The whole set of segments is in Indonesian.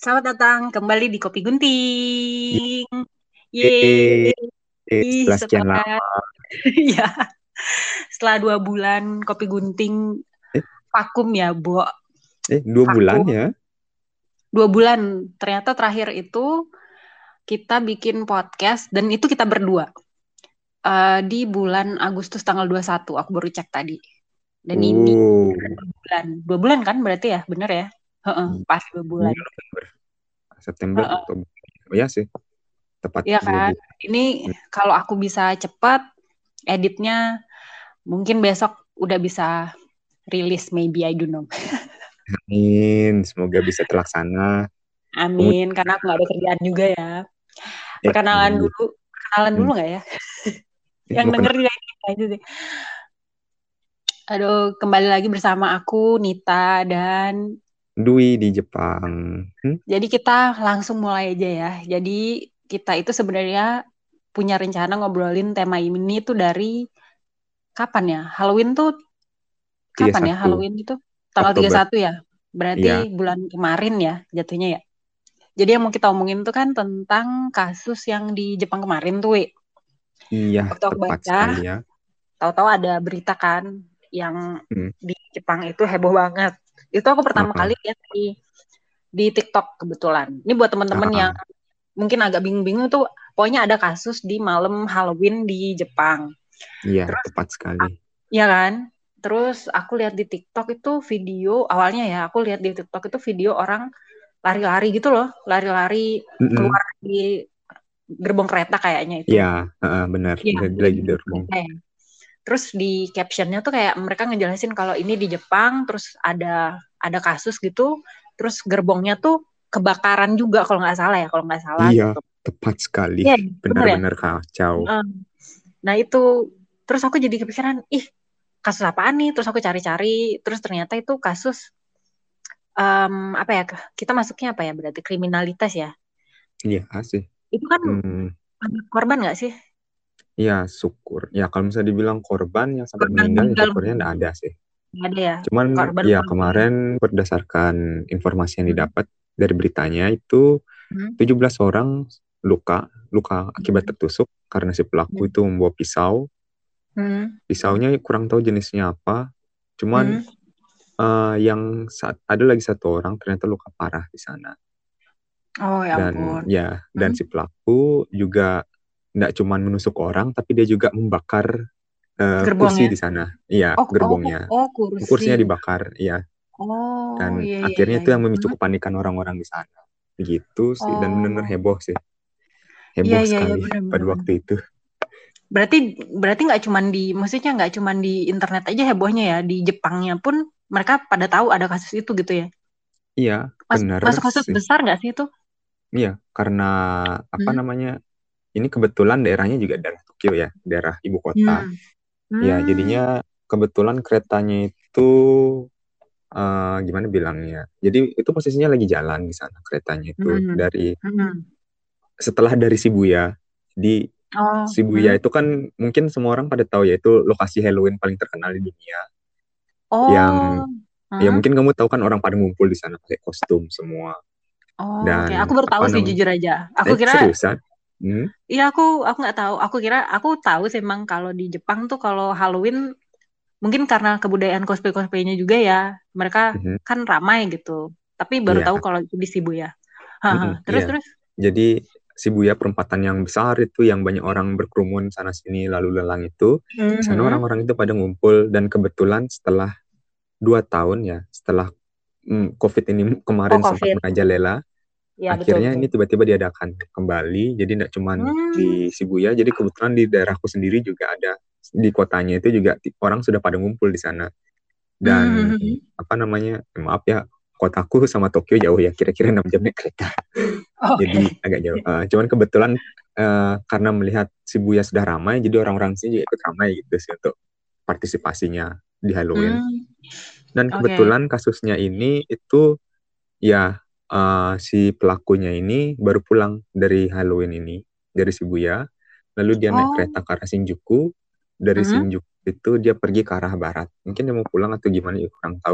Selamat datang kembali di Kopi Gunting. Yeay, Yeay, setelah sekian setelah lama. ya, setelah 2 bulan Kopi Gunting Eh, vakum ya, Bo. 2 bulan Vakum. ya? 2 bulan. Ternyata terakhir itu kita bikin podcast dan itu kita berdua. Di bulan Agustus tanggal 21. Aku baru cek tadi. Dan ini Uh, 2 bulan. 2 bulan kan berarti ya? Bener ya? Heeh, pas 2 bulan. iya November, September, Heeh. Oktober. Oh ya sih, tepat Iya dua kan? bulan. Ini kalau aku bisa cepat editnya mungkin besok udah bisa rilis, maybe, I don't know. Amin, semoga bisa terlaksana. Amin, Kemudian, karena aku nggak ada kerjaan juga ya. Perkenalan iya. dulu, perkenalan dulu Hmm, nggak ya? Yang mau denger kenal juga ini aja sih. Aduh, kembali lagi bersama aku, Nita, dan Dwi di Jepang. jadi kita langsung mulai aja ya. Jadi kita itu sebenarnya punya rencana ngobrolin tema ini tuh dari kapan ya? Halloween tuh Tiga kapan ya? satu Halloween itu tanggal tiga puluh Oktober. satu ya? Berarti Iya, bulan kemarin ya jatuhnya ya? Jadi yang mau kita omongin tuh kan tentang kasus yang di Jepang kemarin tuh, Wi. iya, Waktu aku tepat baca, sekali ya. tahu-tahu ada berita kan yang Hmm. di Jepang itu heboh banget. Itu aku pertama Ah, kali lihat di TikTok kebetulan. Ini buat teman-teman yang ah, mungkin agak bingung-bingung tuh, pokoknya ada kasus di malam Halloween di Jepang. iya, Terus, tepat sekali. ya kan? Terus aku lihat di TikTok itu video, awalnya ya, aku lihat di TikTok itu video orang lari-lari gitu loh, lari-lari Mm-mm. keluar di gerbong kereta kayaknya itu. Iya, benar. Iya, Lagi di gerbong. kereta ya. Terus di captionnya tuh kayak mereka ngejelasin kalau ini di Jepang, terus ada kasus gitu, terus gerbongnya tuh kebakaran juga kalau nggak salah ya, kalau nggak salah Iya, gitu. tepat sekali. Iya, bener ya. Benar-benar kacau. Heeh. Nah itu, terus aku jadi kepikiran, ih kasus apaan nih? Terus aku cari-cari, terus ternyata itu kasus apa ya? Kita masuknya apa ya? Berarti kriminalitas ya. Iya sih. Itu kan Hmm, ada korban nggak sih? ya syukur. Ya kalau misalnya dibilang korban yang sampai Korban meninggal, ya meninggal syukurnya nggak ada sih. nggak ada ya? Cuman Korban ya luka. kemarin berdasarkan informasi yang Hmm. didapat dari beritanya itu Hmm. 17 orang luka, luka akibat Hmm. tertusuk karena si pelaku Hmm. itu membawa pisau. Hmm. Pisaunya kurang tahu jenisnya apa. Cuman Hmm. ada lagi satu orang ternyata luka parah di sana. Oh ya Dan ampun. ya, dan Hmm? si pelaku juga nggak cuma menusuk orang, tapi dia juga membakar kursi Gerbongnya. di sana. Iya, Oh, oh, gerbongnya. oh, kursi. Kursinya dibakar, iya. Oh, Dan iya, iya, akhirnya iya, itu iya. yang memicu Hmm? kepanikan orang-orang di sana. Begitu sih, dan benar-benar Oh, heboh sih. iya, Heboh iya, iya, sekali pada benar-benar. waktu itu. Berarti, berarti nggak cuman di, maksudnya nggak cuman di internet aja hebohnya ya, di Jepangnya pun mereka pada tahu ada kasus itu gitu ya. Iya, benar Masuk kasus sih. besar nggak sih itu? Iya, karena apa Hmm? namanya, ini kebetulan daerahnya juga daerah Tokyo ya, daerah ibu kota. Hmm. Ya, Hmm. jadinya kebetulan keretanya itu gimana bilangnya? Jadi itu posisinya lagi jalan di sana keretanya itu Hmm. dari Hmm. setelah dari Shibuya. Di Oh, Shibuya hmm? itu kan mungkin semua orang pada tahu ya itu lokasi Halloween paling terkenal di dunia. Yang Oh, ya hmm? mungkin kamu tahu kan orang pada ngumpul di sana pakai kostum semua. Oh, oke. Aku Dan baru tahu apa sih namanya? jujur aja. Aku kira Seriusan? Hmm? Iya aku nggak tahu. Aku kira aku tahu sih emang kalau di Jepang tuh kalau Halloween mungkin karena kebudayaan cosplay-cosplaynya juga ya. Mereka Mhm. kan ramai gitu. Tapi baru Iya. tahu kalau itu di Shibuya. Haha. Mhm, Terus iya. terus. Jadi Shibuya perempatan yang besar itu yang banyak orang berkerumun sana sini lalu lalang itu. Di sana Mhm. orang-orang itu pada ngumpul dan kebetulan setelah 2 tahun ya, setelah COVID ini Oh, kemarin sempat COVID. merajalela, Ya betul akhirnya betul. ini tiba-tiba diadakan kembali. Jadi tidak cuma Hmm. di Shibuya, jadi kebetulan di daerahku sendiri juga ada di kotanya itu juga orang sudah pada ngumpul di sana. Dan Hmm. apa namanya? Maaf ya, kotaku sama Tokyo jauh ya, kira-kira 6 jam naik kereta. Jadi Oke. agak jauh. Cuman kebetulan karena melihat Shibuya sudah ramai, jadi orang-orang sini juga ikut ramai gitu sih untuk partisipasinya di Halloween. Hmm. Dan Oke. kebetulan kasusnya ini itu ya si pelakunya ini baru pulang dari Halloween ini dari Shibuya, lalu dia naik Oh. kereta ke arah Shinjuku. Dari Mhm. Shinjuku itu dia pergi ke arah barat. Mungkin dia mau pulang atau gimana ya kurang tahu.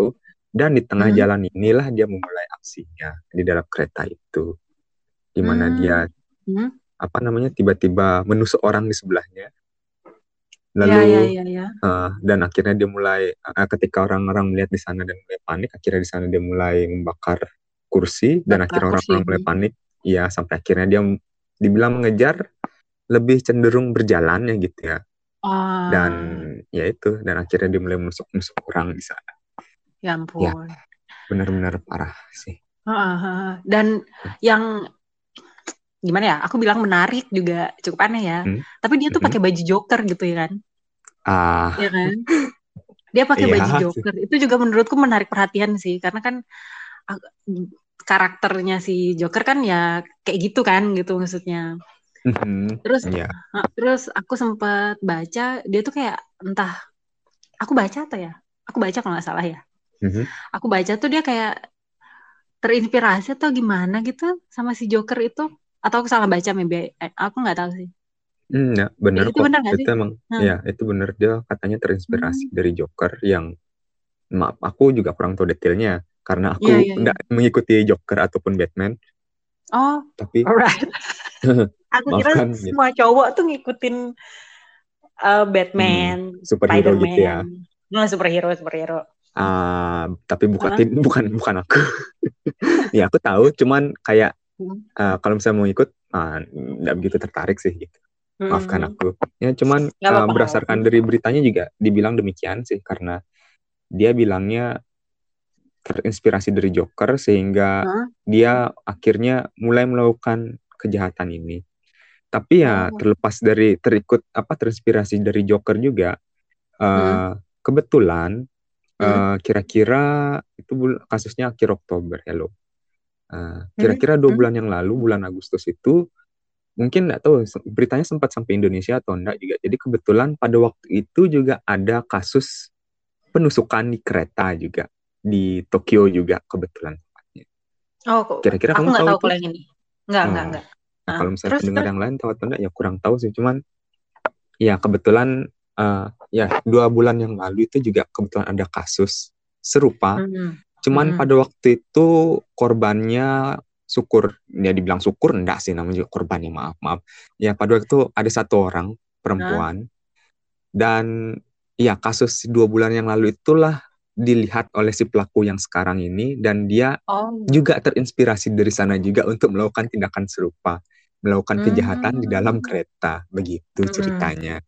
Dan di tengah Hmm. jalan inilah dia memulai aksinya di dalam kereta itu, di mana Hmm. dia Hmm. tiba-tiba menusuk orang di sebelahnya. Ya, ya, Lalu ya, ya. dan akhirnya dia mulai ketika orang-orang melihat di sana dan mulai panik, akhirnya di sana dia mulai membakar kursi dan Bakar akhirnya kursi. orang-orang mulai panik. Ya, sampai akhirnya dia dibilang mengejar, lebih cenderung berjalan ya gitu ya. Dan Ah, ya itu, dan akhirnya dia mulai menusuk-nusuk orang di sana. ya Ya, ampun. benar-benar parah sih. Dan yang gimana ya? Aku bilang menarik juga cukup aneh ya. Hmm? Tapi dia tuh Mhm. pakai baju Joker gitu ya kan? Ah, Iya kan? Dia pakai iya baju sih. Joker. Itu juga menurutku menarik perhatian sih, karena kan ah, karakternya si Joker kan ya kayak gitu kan gitu maksudnya. Mhm. Terus Iya. terus aku sempat baca dia tuh kayak entah aku baca atau ya? Aku baca kalau nggak salah ya. Mhm. Aku baca tuh dia kayak terinspirasi atau gimana gitu sama si Joker itu, atau aku salah baca maybe. Aku nggak tahu sih. Ya, Kayak benar gitu kok. benar nggak Itu sih? emang, Nah, ya, itu benar. Dia katanya terinspirasi hmm. dari Joker yang, maaf, aku juga kurang tahu detailnya karena aku Iya, iya, iya. nggak mengikuti Joker ataupun Batman. Oh, Tapi alright. Aku kira maafkan gitu. semua cowok tuh ngikutin Hmm, Batman, superhero gitu Spider-Man. ya. Nah, superhero, superhero. Tapi bukan Hah? bukan aku. Ya aku tahu, cuman kayak Hmm. kalau misalnya mau ikut, nggak begitu tertarik sih gitu. Maafkan Hmm. aku. Ya cuman Nggak apa-apa, nggak apa-apa. berdasarkan dari beritanya juga dibilang demikian sih, karena dia bilangnya terinspirasi dari Joker sehingga Hah? dia akhirnya mulai melakukan kejahatan ini. Tapi ya Oh. terlepas dari terinspirasi dari Joker juga, Hmm. kebetulan Hmm. kira-kira itu kasusnya akhir Oktober ya loh. Hmm. Kira-kira 2 bulan Hmm. yang lalu, bulan Agustus itu, mungkin nggak tahu beritanya sempat sampai Indonesia atau enggak juga. Jadi kebetulan pada waktu itu juga ada kasus penusukan di kereta juga di Tokyo juga kebetulan. Oh, kok Kira-kira aku kamu nggak tahu tahu itu? kalau yang ini. Nggak, nggak, Oh, nggak. nah Ah, kalau misalnya terus, pendengar terus. yang lain tahu atau enggak ya kurang tahu sih. Cuman ya kebetulan ya 2 bulan yang lalu itu juga kebetulan ada kasus serupa. Hmm. Cuman Hmm. pada waktu itu korbannya syukur, ya dibilang syukur enggak sih, namanya juga korbannya, maaf maaf. Ya pada waktu itu ada 1 orang Hah? perempuan, dan ya kasus 2 bulan yang lalu itulah dilihat oleh si pelaku yang sekarang ini, dan dia Oh. juga terinspirasi dari sana juga untuk melakukan tindakan serupa, melakukan kejahatan di dalam Hmm. kereta, begitu Hmm. ceritanya.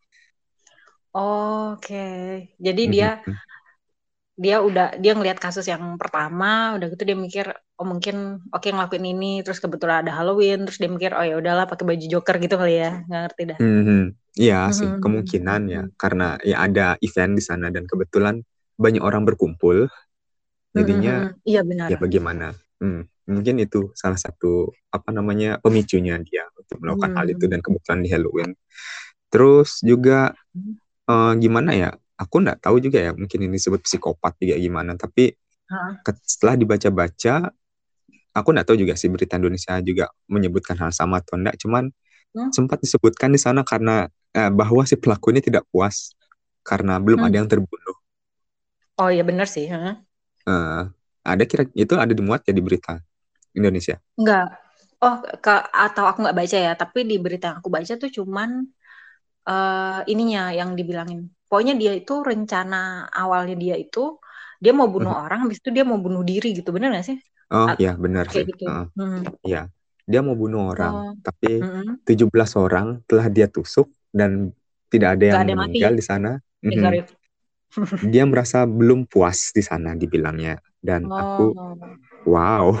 Oke. Jadi dia Mhm. dia dia ngelihat kasus yang pertama, udah gitu dia mikir oh mungkin oke ngelakuin ini, terus kebetulan ada Halloween, terus dia mikir oh ya udahlah pakai baju Joker gitu kali ya, nggak ngerti dah. Mhm. Iya sih, kemungkinan ya, Hmm. karena ya ada event di sana dan kebetulan banyak orang berkumpul, jadinya Iya benar. ya bagaimana? Mungkin itu salah satu pemicunya dia untuk melakukan hal itu, Hmm. dan kebetulan di Halloween. Terus juga gimana ya? Aku nggak tahu juga ya, mungkin ini disebut psikopat juga gimana. Tapi Hah? setelah dibaca-baca, aku nggak tahu juga sih berita Indonesia juga menyebutkan hal sama atau enggak. Cuman Hmm? sempat disebutkan di sana karena bahwa si pelaku ini tidak puas karena belum Hmm. ada yang terbunuh. Oh iya benar sih. Hah? Eh, itu ada dimuat ya di berita Indonesia. Enggak. Oh, atau aku nggak baca ya, tapi di berita yang aku baca tuh cuman ininya yang dibilangin. Pokoknya dia itu rencana awalnya dia itu dia mau bunuh orang, habis itu dia mau bunuh diri gitu, bener nggak sih? Oh A- ya benar Kayak sih. gitu. Hmm. Ya, dia mau bunuh orang, Oh, tapi mm-mm. 17 orang telah dia tusuk dan tidak ada Nggak yang ada yang mati. meninggal di sana. Mhm. Sorry. Dia merasa belum puas di sana dibilangnya. Dan aku, Oh, wow,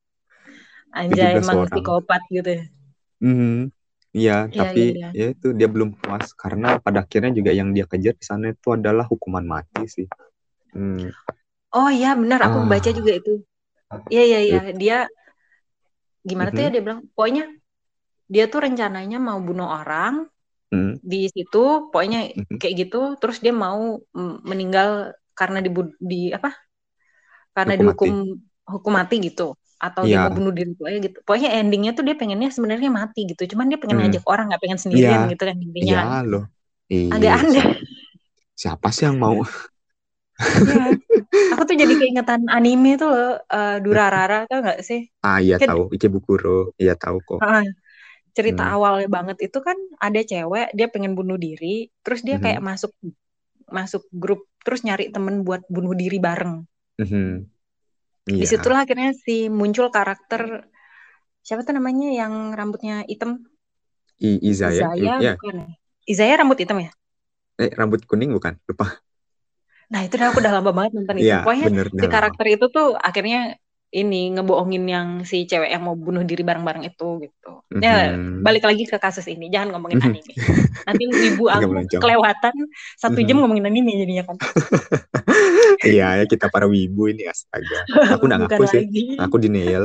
anjay 17 emang orang. psikopat gitu ya. Mhm. Iya, Iya, iya, tapi iya. ya itu dia belum puas karena pada akhirnya juga yang dia kejar di sana itu adalah hukuman mati sih. Hmm. Oh iya, benar. Aku baca Ah, juga itu. Iya, iya, iya. itu. Dia gimana tuh ya Mhm. dia bilang. Pokoknya dia tuh rencananya mau bunuh orang Mhm. di situ. Pokoknya Mhm. kayak gitu. Terus dia mau meninggal karena di apa? Karena Hukum dihukum mati. hukum mati gitu. Atau dia mau Iya. bunuh diri pokoknya gitu. Pokoknya endingnya tuh dia pengennya sebenarnya mati gitu. Cuman dia pengen Hmm. ngajak orang, nggak pengen Iya. sendirian gitu kan intinya Iya kan. loh. Iya, Agak aneh. siapa sih yang mau? Iya. Aku tuh jadi keingetan anime tuh loh, Durarara tau nggak sih? Iya Kan tahu, Ikebukuro. Iya tahu kok. uh, cerita Hmm. awalnya banget itu kan ada cewek dia pengen bunuh diri, terus dia kayak Mhm. masuk masuk grup terus nyari temen buat bunuh diri bareng. Mhm. Iya. Disitulah akhirnya si muncul karakter siapa tuh namanya yang rambutnya hitam? Izaya. Izaya Ya. bukan ya? Izaya rambut hitam ya? Rambut kuning bukan? Lupa. Nah itu dah aku udah lama banget nonton itu. Iya, Pokoknya bener si dah lama. karakter itu tuh akhirnya ini ngebohongin yang si cewek yang mau bunuh diri bareng-bareng itu gitu. Ya Mhm. balik lagi ke kasus ini, jangan ngomongin Mhm. anime. Nanti wibu Agak aku melencong. kelewatan 1 jam Mhm. ngomongin anime jadinya kan. Iya, ya kita para wibu ini astaga. Aku nggak Bukan ngaku sih. lagi. Aku denial.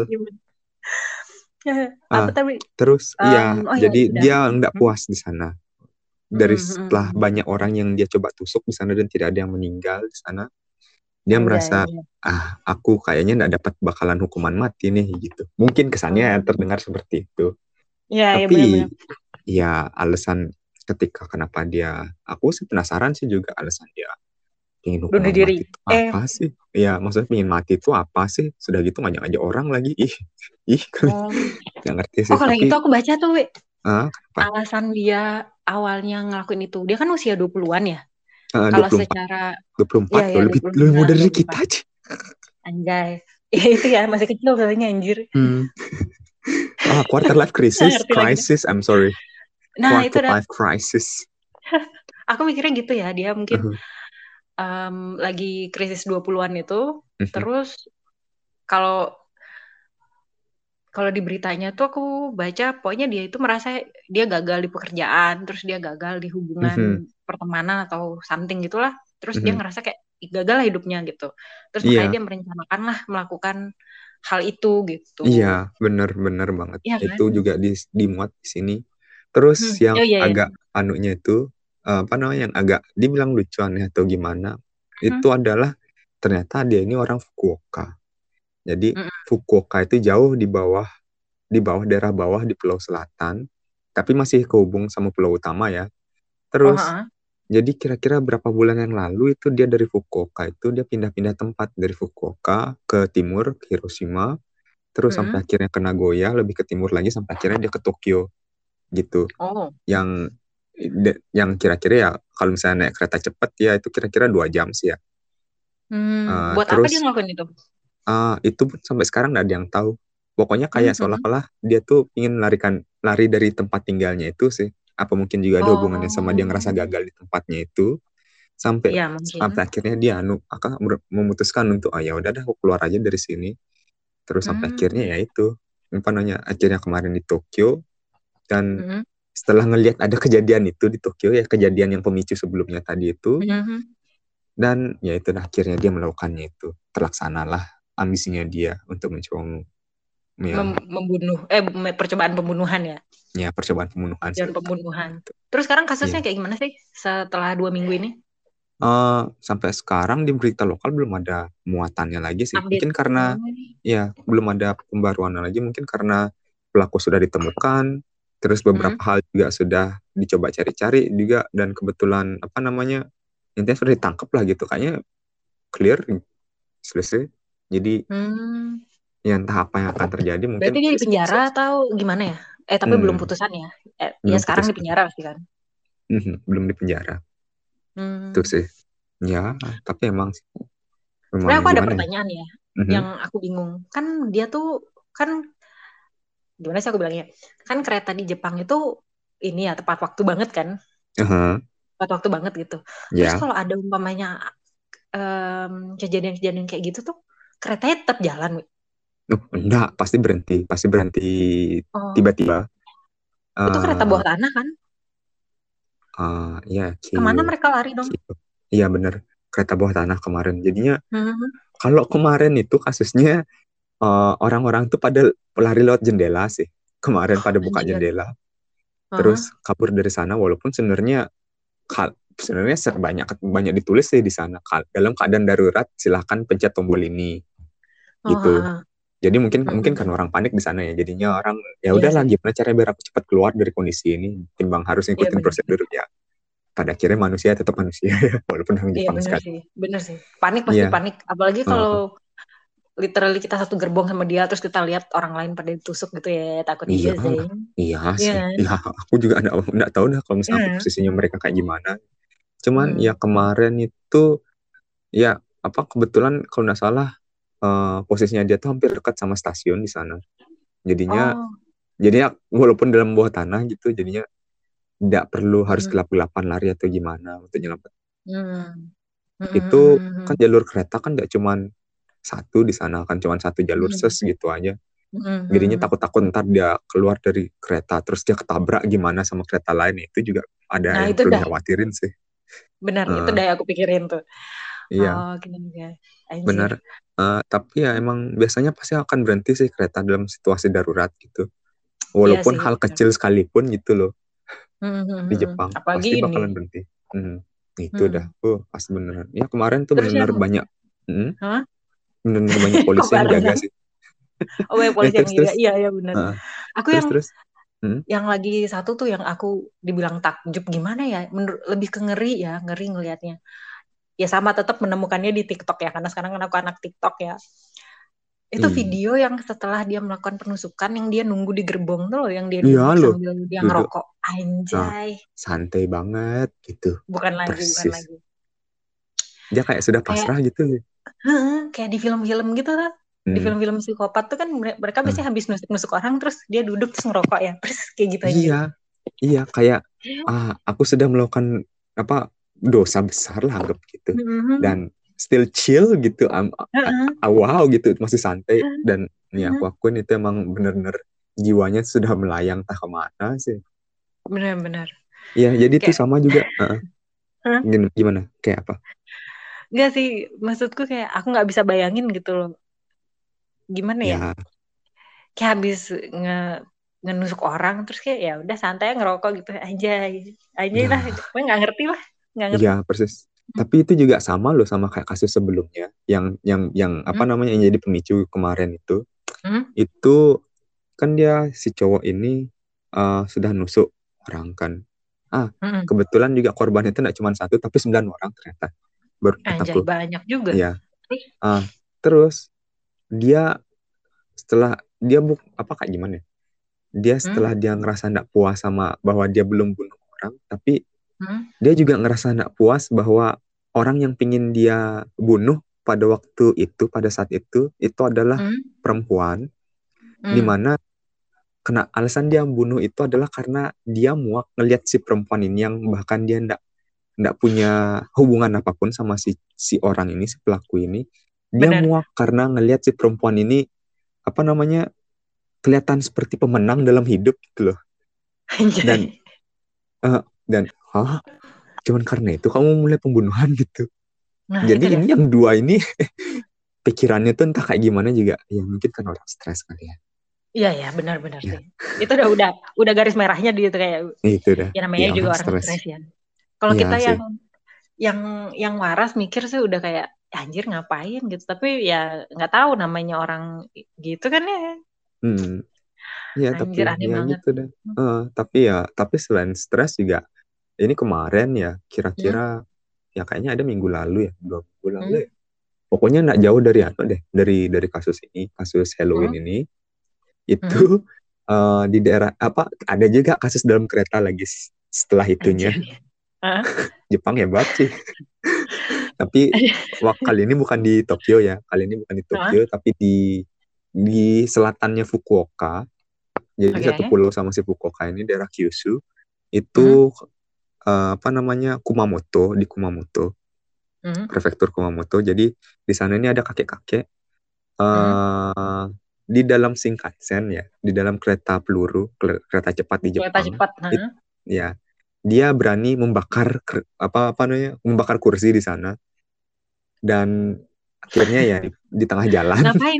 Apa Ah, tapi terus iya, oh ya jadi udah. dia nggak Hmm, puas di sana. Dari hmm, setelah hmm. banyak orang yang dia coba tusuk di sana dan tidak ada yang meninggal di sana, dia Anjay. merasa aku kayaknya nggak dapat bakalan hukuman mati nih gitu. Mungkin kesannya Hmm. terdengar seperti itu. Ya, ya Tapi benar-benar. ya alasan ketika kenapa dia, aku sih penasaran sih juga alasan dia ingin Bunuh hukuman diri. mati itu apa sih? Ya maksudnya ingin mati itu apa sih? Sudah gitu ngajak-ngajak orang lagi. Ih kali. Oh, Nggak ngerti oh sih. kalau yang Tapi itu aku baca tuh, Wi, kenapa? alasan dia awalnya ngelakuin itu. Dia kan usia 20-an ya. Dua Kalau puluh empat, secara dua puluh ya empat ya loh, dua lebih puluh lebih lima muda dua dari puluh kita empat aja. Anjay. Ya itu ya masih kecil katanya anjir. Hmm. Quarter life Nggak crisis, ngerti lagi deh. I'm sorry, Nah, itu quarter dah. life crisis. Aku mikirnya gitu ya. Dia mungkin lagi krisis 20-an itu. Terus kalau kalau di beritanya tuh aku baca pokoknya dia itu merasa dia gagal di pekerjaan, terus dia gagal di hubungan pertemanan atau something gitulah. Terus dia ngerasa kayak "Ih, gagal lah hidupnya gitu. Terus makanya Iya, dia merencanakan lah melakukan hal itu gitu. iya, bener banget. Iya Itu kan? juga dimuat di sini. Terus yang Oh iya ya. agak anunya itu, apa namanya, yang agak dibilang lucuan ya atau gimana, itu adalah ternyata dia ini orang Fukuoka. Jadi Fukuoka itu jauh di bawah daerah bawah di Pulau Selatan, tapi masih kehubung sama Pulau Utama ya. Oh, Terus ha-ha. jadi kira-kira berapa bulan yang lalu itu dia dari Fukuoka itu dia pindah-pindah tempat dari Fukuoka ke timur ke Hiroshima, terus sampai akhirnya ke Nagoya, lebih ke timur lagi sampai akhirnya dia ke Tokyo gitu. Oh. Yang yang kira-kira ya kalau misalnya naik kereta cepat ya itu kira-kira 2 jam sih ya. Buat apa dia Terus ngelakuin itu? itu pun sampai sekarang nggak ada yang tahu. Pokoknya kayak Hmm. seolah-olah dia tuh ingin lari dari tempat tinggalnya itu sih. Apa mungkin juga ada hubungannya sama dia ngerasa Oh, gagal di tempatnya itu, sampai iya mungkin. sampai akhirnya dia akan memutuskan untuk ya udah dah aku keluar aja dari sini. Terus sampai akhirnya Hmm. ya itu apa namanya akhirnya kemarin di Tokyo, dan Hmm. setelah ngelihat ada kejadian itu di Tokyo ya, kejadian yang pemicu sebelumnya tadi itu, Hmm. dan ya itu akhirnya dia melakukannya, itu terlaksanalah ambisinya dia untuk mencoba ya, Membunuh, percobaan pembunuhan ya. ya percobaan pembunuhan sih. Dan pembunuhan. Terus sekarang kasusnya Iya. kayak gimana sih setelah 2 minggu ini? Sampai sekarang di berita lokal belum ada muatannya lagi sih. Update. Mungkin karena Oh. ya belum ada pembaruan lagi. Mungkin karena pelaku sudah ditemukan, terus beberapa hal juga sudah dicoba cari-cari juga, dan kebetulan apa namanya intinya sudah ditangkap lah gitu. Kayaknya clear, selesai. Jadi Hmm. ya entah apa yang akan terjadi mungkin. Berarti dia di penjara atau gimana ya? Tapi belum Hmm, putusan ya? Ya belum sekarang putus. di penjara pasti kan? Belum di penjara. Itu Hmm. sih. Ya, tapi emang Sebenarnya aku ada gimana ya? pertanyaan ya, Mhm. yang aku bingung. Kan dia tuh kan gimana sih aku bilangnya? Kan kereta di Jepang itu ini ya tepat waktu banget kan? Aha, Tepat waktu banget gitu. Terus ya. kalau ada umpamanya kejadian-kejadian kayak gitu tuh keretanya tetap jalan, Wi. Enggak, pasti berhenti Oh, tiba-tiba. itu kereta Eh bawah tanah kan? ya, Kemana Keio, mereka lari dong? Keio. Iya bener, kereta bawah tanah kemarin. Jadinya Hmm. kalau kemarin itu kasusnya orang-orang tuh pada lari lewat jendela sih. Kemarin pada buka Anjir. jendela, terus Heeh. kabur dari sana. Walaupun sebenarnya banyak banyak ditulis sih di sana. Dalam keadaan darurat, silahkan pencet tombol ini Oh, gitu. heeh. Jadi mungkin mungkin Mm-mm. kan orang panik di sana ya. Jadinya orang ya Iya udahlah sih. gimana caranya biar aku cepat keluar dari kondisi ini, timbang harus Iya ngikutin benar. prosedur ya. pada akhirnya manusia tetap manusia ya, walaupun orang Iya Jepang sekali. bener sih. Panik pasti Iya, panik. Apalagi heeh. kalau literally kita satu gerbong sama dia, terus kita lihat orang lain pada ditusuk gitu ya, takut Iya, juga sih. iya Iya sih. kan? Ya, aku juga nggak tahu dah kalau misalnya Iya. posisinya mereka kayak gimana. Cuman ya Hmm. kemarin itu ya apa kebetulan kalau nggak salah posisinya dia tuh hampir dekat sama stasiun di sana. Jadinya Oh. jadinya walaupun dalam bawah tanah gitu, jadinya nggak perlu harus Hmm. gelap-gelapan lari atau gimana untuk nyelamat. Hmm. Hmm. Itu Hmm. kan jalur kereta kan nggak cuman satu di sana, kan cuman satu jalur Hmm. gitu aja. Hmm. Jadinya Hmm. takut-takut ntar dia keluar dari kereta terus dia ketabrak gimana sama kereta lain, itu juga ada Nah yang itu perlu dah dikhawatirin sih. benar, itu Eh, dah aku pikirin tuh. iya, Oh gini ya, anjir. benar. Tapi ya emang biasanya pasti akan berhenti sih kereta dalam situasi darurat gitu. Iya Walaupun sih. hal kecil sekalipun gitu loh, di Hmm. Jepang Apalagi pasti ini. bakalan berhenti. Hmm, itu dah. Hmm. Pas beneran. Ya kemarin tuh Terus bener-bener yang, banyak, hmm, hah? bener-bener banyak Kok polisi yang jaga barusan? sih. Oh ya polisi yang Terus jaga. terus, Iya iya benar. Heeh. Aku Terus yang terus, hmm, lagi satu tuh yang aku dibilang takjub gimana ya? Menurut lebih ke ngeri ya, ngeri ngelihatnya. Ya sama tetap menemukannya di TikTok ya, karena sekarang kan aku anak TikTok ya. Itu ih, video yang setelah dia melakukan penusukan yang dia nunggu di gerbong tuh loh, yang dia iya duduk loh, sambil dia duduk, ngerokok. nah, Anjay. santai banget gitu, Bukan lagi, bukan persis. lagi. Dia kayak sudah Kayak pasrah gitu. kayak di film-film gitu kan. Di Hmm. film-film psikopat tuh kan mereka Nah, biasanya habis nusuk-nusuk orang terus dia duduk terus ngerokok ya. Terus kayak gitu aja. iya, iya kayak aku sudah melakukan apa dosa besar lah anggap gitu, dan Mhm. still chill gitu, Heeh. wow gitu masih santai, dan nih aku Heeh. akuin itu emang bener-bener jiwanya sudah melayang tak kemana sih. Benar-benar. Iya, jadi itu Kayak, sama juga. hah? Gimana? Kayak apa? Enggak sih, maksudku kayak aku nggak bisa bayangin gitu loh. Gimana ya? Ya, Kayak habis nge ngenusuk orang terus kayak ya udah santai ngerokok gitu aja. Aja lah, nah, gue nggak ngerti lah, nggak iya ngerti. persis. Tapi itu juga sama loh sama kayak kasus sebelumnya, yang apa Hmm? namanya yang jadi pemicu kemarin itu. Hmm? Itu kan dia si cowok ini sudah nusuk orang kan. Ah, Hmm. kebetulan juga korban itu tidak cuma satu tapi 9 orang ternyata. Baru Anjay kataku. banyak juga. Iya. Ih, Terus dia setelah dia apa kayak gimana ya? Dia hmm? setelah dia ngerasa tidak puas sama bahwa dia belum bunuh orang, tapi Hmm? dia juga ngerasa tidak puas bahwa orang yang pingin dia bunuh pada waktu itu, pada saat itu adalah Hmm? perempuan, di Hmm? mana kena alasan dia bunuh itu adalah karena dia muak ngelihat si perempuan ini yang bahkan dia ndak punya hubungan apapun sama si orang ini, si pelaku ini. Dia Benar. muak karena ngelihat si perempuan ini apa namanya kelihatan seperti pemenang dalam hidup gitu loh. Dan Anjay. dan cuman karena itu kamu mulai pembunuhan gitu. Nah itu Jadi dah. ini yang dua ini pikirannya tuh entah kayak gimana juga. Ya mungkin kan orang stres kali ya. Iya ya benar-benar sih. Ya, Itu udah garis merahnya di itu kayak itu dah. ya namanya Ya juga orang orang stres. stres ya. Kalau Iya kita sih. yang yang waras mikir sih udah kayak anjir ngapain gitu. Tapi ya nggak tahu namanya orang gitu kan ya. Hmm. Ya tapi Anjir aneh ya banget. gitu deh. Tapi selain stres juga ini kemarin ya Hmm? kira-kira ya kayaknya ada minggu lalu ya, 2 minggu lalu Hmm? ya. Pokoknya nggak jauh dari apa deh, dari kasus ini, kasus Halloween Hmm? ini itu Hmm? di daerah apa ada juga kasus dalam kereta lagi setelah itunya. Anjir. Hah? Jepang hebat sih. Tapi kali ini bukan di Tokyo ya, kali ini bukan di Hah? Tokyo tapi di selatannya Fukuoka. Jadi satu Oke. pulau sama si Fukuoka ini daerah Kyushu itu Hmm? apa namanya Kumamoto, Hmm? prefektur Kumamoto. Jadi di sana ini ada kakek-kakek Hmm? eh di dalam Shinkansen ya, di dalam kereta peluru, kereta cepat di Kereta Jepang. cepat. Hah? Ya, dia berani membakar apa namanya, membakar kursi di sana, dan akhirnya ya di tengah jalan Ngapain?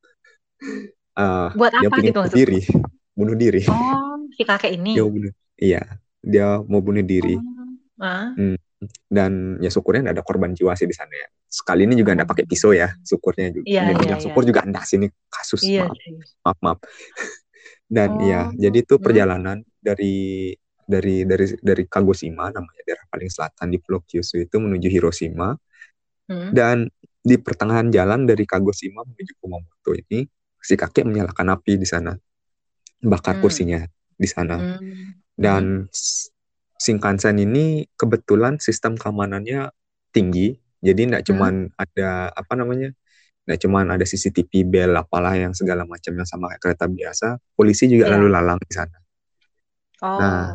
Buat dia apa pengen gitu bunuh maksudku? diri, bunuh diri. Oh, si kakek ini. Dia mau bunuh, iya, dia mau bunuh diri. Oh. Ah. Hmm. Dan ya syukurnya nggak ada korban jiwa sih di sana ya. Sekali ini juga Oh. nggak pakai pisau ya, syukurnya juga. Iya, iya, Dibilang iya. syukur juga enggak sih, ini kasus, Iya maaf, sih. maaf, maaf. Dan ya, Oh. jadi itu Hmm? perjalanan dari dari Kagoshima, namanya daerah paling selatan di Pulau Kyushu itu, menuju Hiroshima. Hmm. Dan di pertengahan jalan dari Kagoshima menuju Kumamoto ini, si kakek menyalakan api di sana, bakar kursinya di sana. Dan Shinkansen ini kebetulan sistem keamanannya tinggi, jadi nggak cuman ada apa namanya, nggak cuman ada CCTV, bel, apalah yang segala macam yang sama kayak kereta biasa, polisi juga lalu lalang di sana. Nah,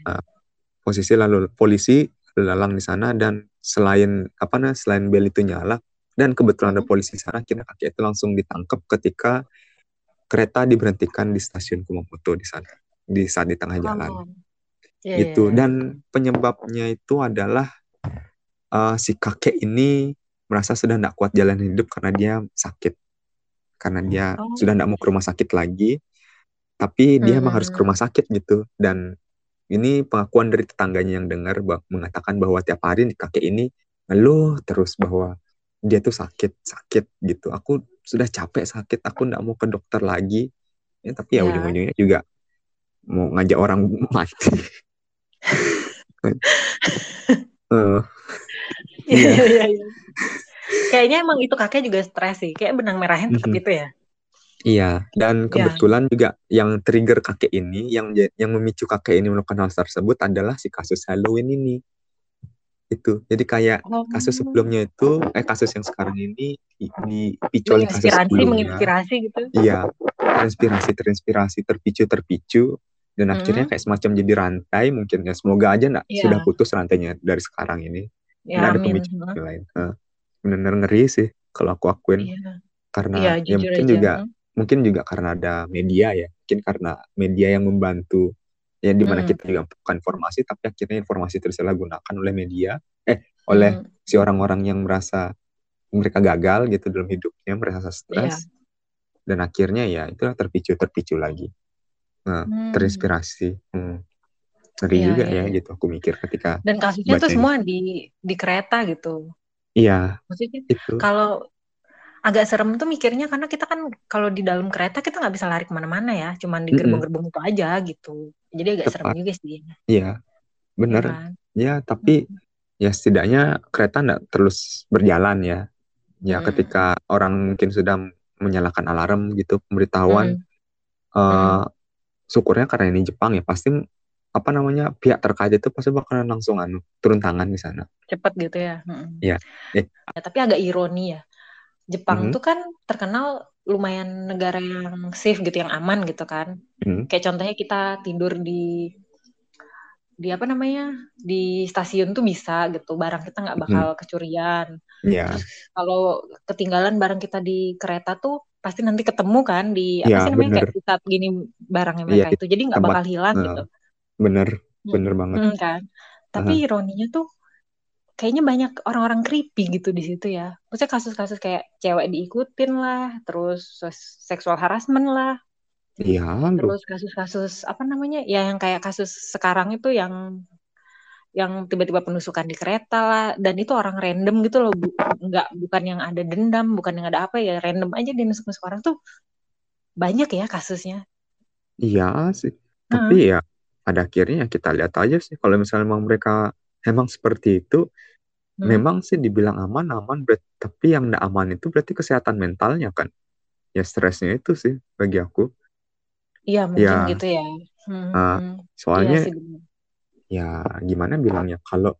polisi lalu lalang di sana, dan selain bel itu nyala dan kebetulan ada polisi di sana, akhirnya kakek itu langsung ditangkap ketika kereta diberhentikan di stasiun Kumamoto di sana, di saat di tengah jalan. Gitu. Dan penyebabnya itu adalah si kakek ini merasa sudah tidak kuat jalan hidup karena dia sakit, karena dia sudah tidak mau ke rumah sakit lagi, tapi dia emang harus ke rumah sakit gitu. Dan ini pengakuan dari tetangganya yang dengar mengatakan bahwa tiap hari kakek ini ngeluh terus bahwa dia tuh sakit gitu. Aku sudah capek sakit, aku tidak mau ke dokter lagi. Ya, tapi ya ujung-ujungnya juga mau ngajak orang mati. Iya. Kayaknya emang itu kakek juga stres sih. Kayak benang merahnya tetap itu ya. Iya, dan kebetulan juga yang trigger kakek ini, yang memicu kakek ini melakukan hal tersebut adalah si kasus Halloween ini. Itu. Jadi kayak kasus sebelumnya itu, kasus yang sekarang ini dipicu oleh kasus sebelumnya. Menginspirasi gitu. Iya, terinspirasi, terpicu, dan akhirnya kayak semacam jadi rantai mungkin ya. Semoga aja sudah putus rantainya dari sekarang ini. Nggak ada pemicu lain. Benar-benar ngeri sih kalau aku akuin. Karena ya mungkin juga karena ada media ya, mungkin karena media yang membantu ya, dimana kita juga membuka informasi, tapi akhirnya informasi itu disalahgunakan oleh media, oleh si orang-orang yang merasa mereka gagal gitu dalam hidupnya, merasa stres, dan akhirnya ya itulah terpicu lagi, terinspirasi. Ngeri juga ya gitu aku mikir ketika dan kasusnya tuh semua di kereta gitu. Iya. Maksudnya kalau agak serem tuh mikirnya, karena kita kan kalau di dalam kereta kita nggak bisa lari kemana-mana ya, cuman di gerbong-gerbong itu aja gitu. Jadi agak serem juga sih. Iya, benar. Ya, tapi ya setidaknya kereta nggak terus berjalan ya. Ya, ketika orang mungkin sudah menyalakan alarm gitu, pemberitahuan, syukurnya karena ini Jepang ya, pasti pihak terkait itu pasti bakalan langsung turun tangan di sana. Cepet gitu ya. Iya. Tapi agak ironi ya. Jepang tuh kan terkenal lumayan negara yang safe gitu, yang aman gitu kan. Kayak contohnya kita tidur di di stasiun tuh bisa gitu, barang kita nggak bakal kecurian. Terus kalau ketinggalan barang kita di kereta tuh pasti nanti ketemu kan di kayak pusat gini barangnya mereka itu, jadi nggak bakal hilang gitu. Bener banget kan. Tapi ironinya tuh kayaknya banyak orang-orang creepy gitu di situ ya. Maksudnya kasus-kasus kayak cewek diikutin lah, terus seksual harassment lah. Iya. Terus kasus-kasus ya yang kayak kasus sekarang itu yang tiba-tiba penusukan di kereta lah, dan itu orang random gitu loh, bukan yang ada dendam, bukan yang ada apa ya, random aja dinusuk-nusuk orang tuh banyak ya kasusnya. Iya sih. Tapi ya pada akhirnya kita lihat aja sih, kalau misalnya memang mereka emang seperti itu, memang sih dibilang aman, tapi yang tidak aman itu berarti kesehatan mentalnya kan. Ya stresnya itu sih bagi aku. Iya mungkin gitu ya. Soalnya iya sih, ya gimana bilangnya, kalau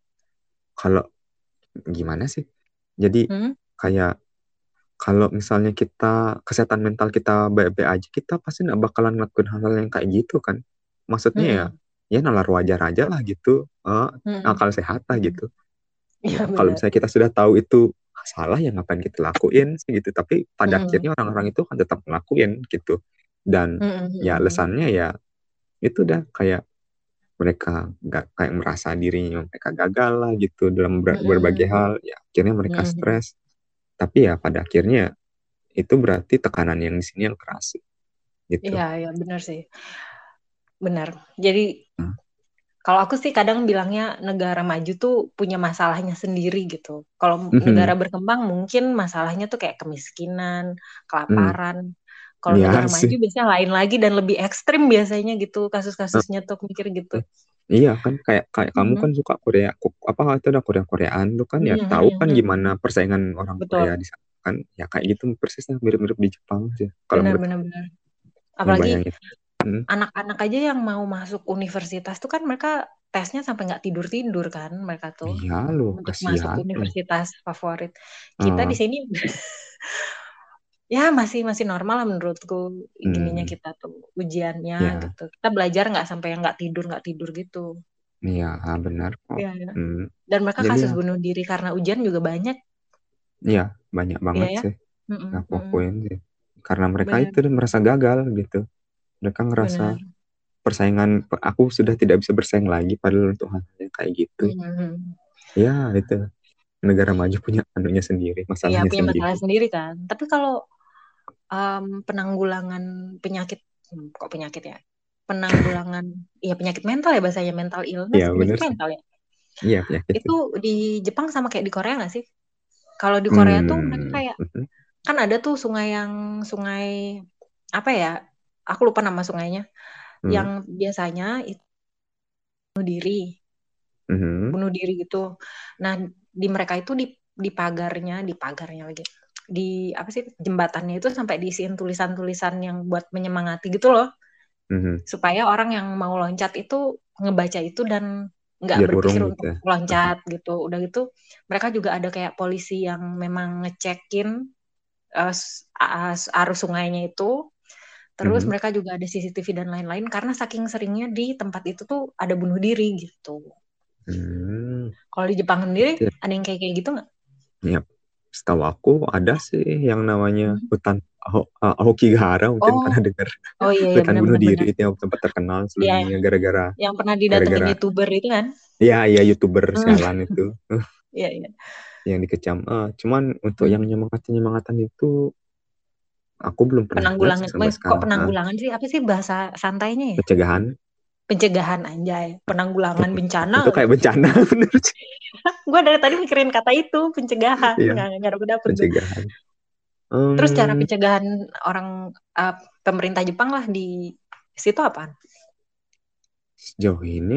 gimana sih, jadi kayak kalau misalnya kita kesehatan mental kita baik-baik aja, kita pasti nggak bakalan ngelakuin hal-hal yang kayak gitu kan. Maksudnya ya nalar wajar aja lah gitu, akal sehat lah gitu. Ya, kalau misalnya kita sudah tahu itu salah, ya ngapain kita lakuin sih gitu. Tapi pada akhirnya orang-orang itu kan tetap ngelakuin gitu. Dan ya alasannya ya itu udah kayak mereka nggak kayak merasa dirinya mereka gagal lah gitu dalam berbagai hal. Ya akhirnya mereka stres. Tapi ya pada akhirnya itu berarti tekanan yang di sini yang keras gitu. Iya benar sih, benar. Jadi kalau aku sih kadang bilangnya negara maju tuh punya masalahnya sendiri gitu. Kalau negara berkembang mungkin masalahnya tuh kayak kemiskinan, kelaparan. Kalau negara maju biasanya lain lagi dan lebih ekstrim biasanya gitu kasus-kasusnya tuh, mikir gitu. Iya kan, kayak kamu kan Mhm. suka Korea, apa itu ada Koreaan tuh kan, ya Mhm, tahu mhm, kan mhm. gimana persaingan orang Korea Betul, di sana kan, ya kayak gitu persis lah, mirip-mirip di Jepang sih kalau benar menurut benar benar. Apalagi ngebayangin. Hmm. anak-anak aja yang mau masuk universitas tuh kan mereka tesnya sampai nggak tidur-tidur kan mereka tuh Iya loh, untuk masuk kasihan loh. universitas favorit. Kita di Ah, sini ya masih masih normal lah menurutku gininya hmm, kita tuh ujiannya ya, gitu. Kita belajar nggak sampai yang nggak tidur gitu. iya benar kok. Iya, ya. Hmm. Dan mereka Jadi kasus ya, bunuh diri karena ujian juga banyak. iya banyak Iya banget ya. sih Mm-mm, aku mm-mm. akuin sih. Karena mereka Benar, itu merasa gagal gitu. Mereka ngerasa benar. persaingan, aku sudah tidak bisa bersaing lagi padahal untuk hal yang kayak gitu. Mhm. Ya itu negara maju punya anunya sendiri, Iya masalahnya punya masalah sendiri. sendiri kan. Tapi kalau penanggulangan penyakit, kok penyakit ya? Penanggulangan, ya penyakit mental ya bahasanya mental illness, Iya penyakit benar sih. mental ya. Iya penyakit sih. Itu di Jepang sama kayak di Korea nggak sih? Kalau di Korea tuh mereka Hmm. kayak Mhm. kan ada tuh sungai apa ya? Aku lupa nama sungainya. Hmm. Yang biasanya itu bunuh diri, Mhm. bunuh diri gitu. Nah di mereka itu di pagarnya lagi, di apa sih jembatannya itu sampai diisiin tulisan-tulisan yang buat menyemangati gitu loh, Mhm. supaya orang yang mau loncat itu ngebaca itu dan nggak Biar urung berpikir gitu untuk ya. Mhm. loncat gitu. Udah gitu mereka juga ada kayak polisi yang memang ngecekin arus sungainya itu. Terus Mhm. mereka juga ada CCTV dan lain-lain karena saking seringnya di tempat itu tuh ada bunuh diri gitu. Hmm. Kalau di Jepang sendiri Gitu ya. ada yang kayak gitu nggak? Iya. Setahu aku ada sih yang namanya Hmm. hutan Aokigahara, mungkin Oh, pernah dengar. oh iya iya Hutan bunuh benar-benar diri benar. itu yang tempat terkenal seluruh Iya, dunia gara-gara yang pernah didatengin gara-gara YouTuber itu kan? ya ya YouTuber Hmm. sialan itu Iya iya. yang dikecam. Cuman untuk yang Hmm. nyemangatan itu aku belum pernah lihat sih Penanggulangan, sampai kok sekarang. penanggulangan sih? Apa sih bahasa santainya ya? Pencegahan Pencegahan anjay. Penanggulangan bencana. itu kayak bencana bener sih. Gue dari tadi mikirin kata itu, pencegahan. Iya, Nggak dapet tuh. pencegahan. Terus cara Em, pencegahan orang pemerintah Jepang lah di situ apaan? sejauh ini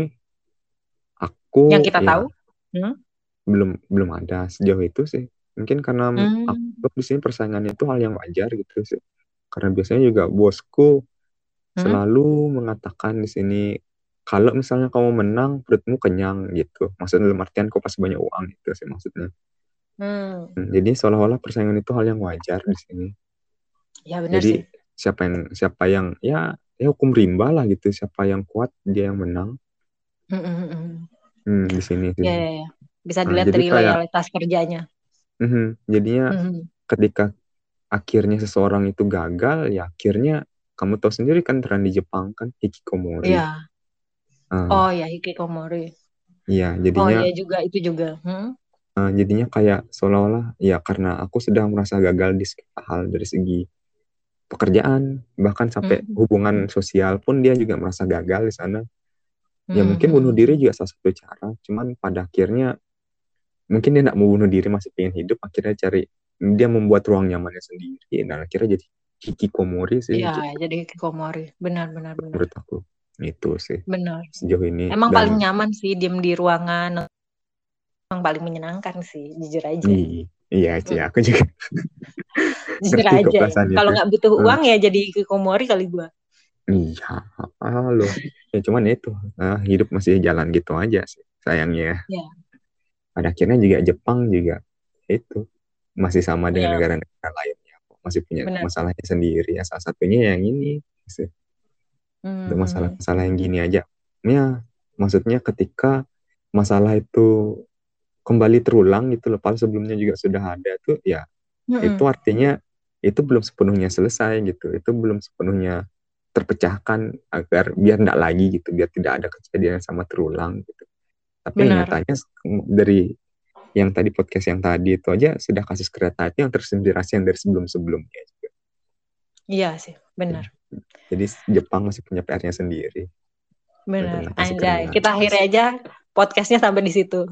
aku Yang kita ya tahu? Hmm? belum belum ada sejauh itu sih. Mungkin karena aku Hmm. anggap di sini persaingan itu hal yang wajar gitu sih. Karena biasanya juga bosku Hmm? selalu mengatakan di sini, kalau misalnya kamu menang perutmu kenyang gitu. Maksudnya dalam artian kau pasti banyak uang gitu sih maksudnya. Hmm. Jadi seolah-olah persaingan itu hal yang wajar di sini. Ya benar Jadi sih. siapa yang ya hukum rimba lah gitu. Siapa yang kuat dia yang menang. Hmm, hmm, hmm. Di sini Ya, sih. ya, ya. Bisa dilihat Jadi dari kayak loyalitas kerjanya. jadinya Hmm. ketika akhirnya seseorang itu gagal, ya akhirnya kamu tahu sendiri kan tren di Jepang kan hikikomori. Iya. Ah, Oh ya, hikikomori. iya, Oh jadinya ya juga itu juga. Hmm? jadinya kayak seolah-olah ya karena aku sedang merasa gagal di segala hal dari segi pekerjaan, bahkan sampai Hmm? hubungan sosial pun dia juga merasa gagal di sana. Ya Hmm, mungkin hmm, bunuh hmm. diri juga salah satu cara, cuman pada akhirnya mungkin dia nggak mau bunuh diri, masih pengen hidup, akhirnya dia membuat ruang nyamannya sendiri dan akhirnya jadi hikikomori sih Iya, gitu jadi hikikomori. Benar, benar, benar. menurut aku. Itu sih Benar. sejauh ini. Emang Dan paling nyaman sih diem di ruangan. Emang paling menyenangkan sih, jujur aja. iya sih Hmm. aku juga Jujur ngerti kok aja ya. perasaan Kalau itu. nggak butuh Eh, uang ya jadi hikikomori kali gua. iya, loh. Ya cuman itu, hidup masih jalan gitu aja sih sayangnya. Ya, Pada akhirnya juga Jepang juga itu masih sama dengan ya, negara-negara lainnya, masih punya benar. masalahnya sendiri ya, salah satunya yang ini sih. Untuk Hmm, hmm, hmm. masalah-masalah yang gini aja ya, maksudnya ketika masalah itu kembali terulang gitu loh, padahal sebelumnya juga sudah ada tuh ya, itu Hmm, artinya itu belum sepenuhnya selesai gitu, itu belum sepenuhnya terpecahkan agar biar tidak lagi gitu, biar tidak ada kejadian yang sama terulang gitu. Tapi benar. nyatanya dari yang tadi podcast yang tadi itu aja sudah kasus kereta itu yang terinspirasi yang dari sebelum-sebelumnya juga. Iya sih, benar. Jadi Jepang masih punya PR-nya sendiri untuk Benar. mengatasi Anjay, kita kriminalitas. akhirnya aja podcastnya sampai di situ.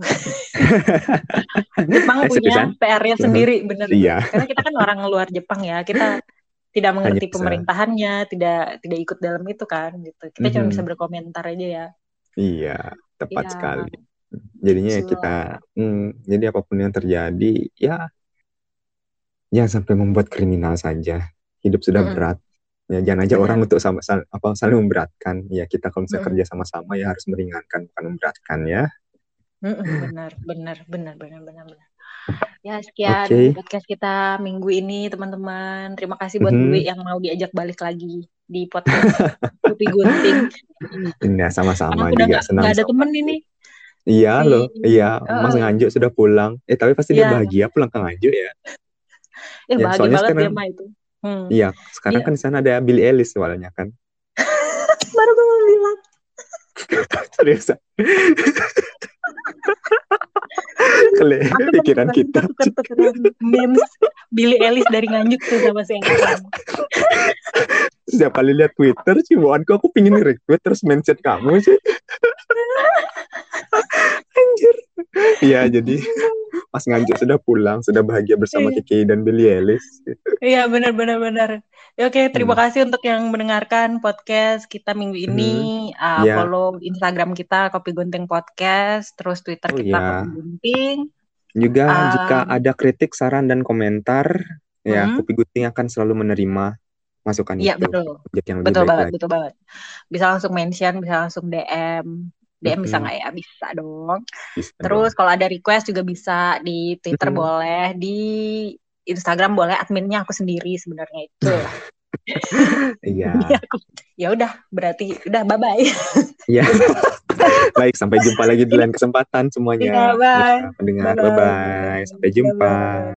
Jepang punya Seriusan? PR-nya sendiri, benar. Iya, Karena kita kan orang luar Jepang ya, kita tidak hanya mengerti bisa. pemerintahannya, tidak ikut dalam itu kan, gitu. Kita cuma bisa berkomentar aja ya. Iya, tepat Ya, sekali. Jadinya ya kita, gitulah. jadi apapun yang terjadi, ya jangan sampai membuat kriminal saja. Hidup sudah Mm-mm, berat. Ya, jangan aja orang benar. untuk saling memberatkan. Ya kita kalau misalnya kerja Mm-mm, sama-sama ya harus meringankan bukan memberatkan ya. mm-mm, benar, benar, benar, benar, benar, benar. Ya, sekian Oke. podcast kita minggu ini, teman-teman. Terima kasih buat Dwi Mhm. yang mau diajak balik lagi di podcast Kopi Gunting. Nah, Karena sama-sama aku udah juga nggak senang ada bisa temen membantu. ini. Iya Si, loh, iya Mas eh, Nganjuk sudah pulang. Tapi pasti dia ya, bahagia pulang ke Nganjuk ya. Ya, bahagia soalnya banget dia sekarang, mah itu. Hmm. iya sekarang Dia kan di sana ada Billie Eilish soalnya kan. baru gue mau bilang. Serius. Aku temen Pikiran terakhir tuh kita. tuker-tukeran memes Billie Eilish dari Nganjuk tuh sama si Engkang. Setiap kali lihat Twitter sih, aku pingin retweet terus mention kamu sih. Anjir. Iya, jadi Mas Nganjuk sudah pulang, sudah bahagia bersama Iya, Kiki dan Billie Eilish. iya benar-benar benar. Ya, oke, terima Hmm. kasih untuk yang mendengarkan podcast kita minggu ini. Mhm. Ya, Follow Instagram kita Kopi Gunting Podcast, terus Twitter oh kita Kopi ya. Gunting. Juga jika Um, ada kritik, saran, dan komentar, ya mm, Kopi Gunting akan selalu menerima masukan iya itu. betul, Project yang lebih betul baik banget, lagi. betul banget. Bisa langsung mention, bisa langsung DM. DM bisa Mhm. nggak ya? Bisa dong. Bisa Terus dong. kalau ada request juga bisa di Twitter Mhm. boleh, di Instagram boleh. Adminnya aku sendiri sebenarnya itu. Ini Iya. aku. Ya udah, berarti udah bye bye. Iya. Baik, sampai jumpa lagi di Ini lain kesempatan ya semuanya. bye. Ya, pendengar, Bye bye. bye-bye. Sampai Bye jumpa. bye.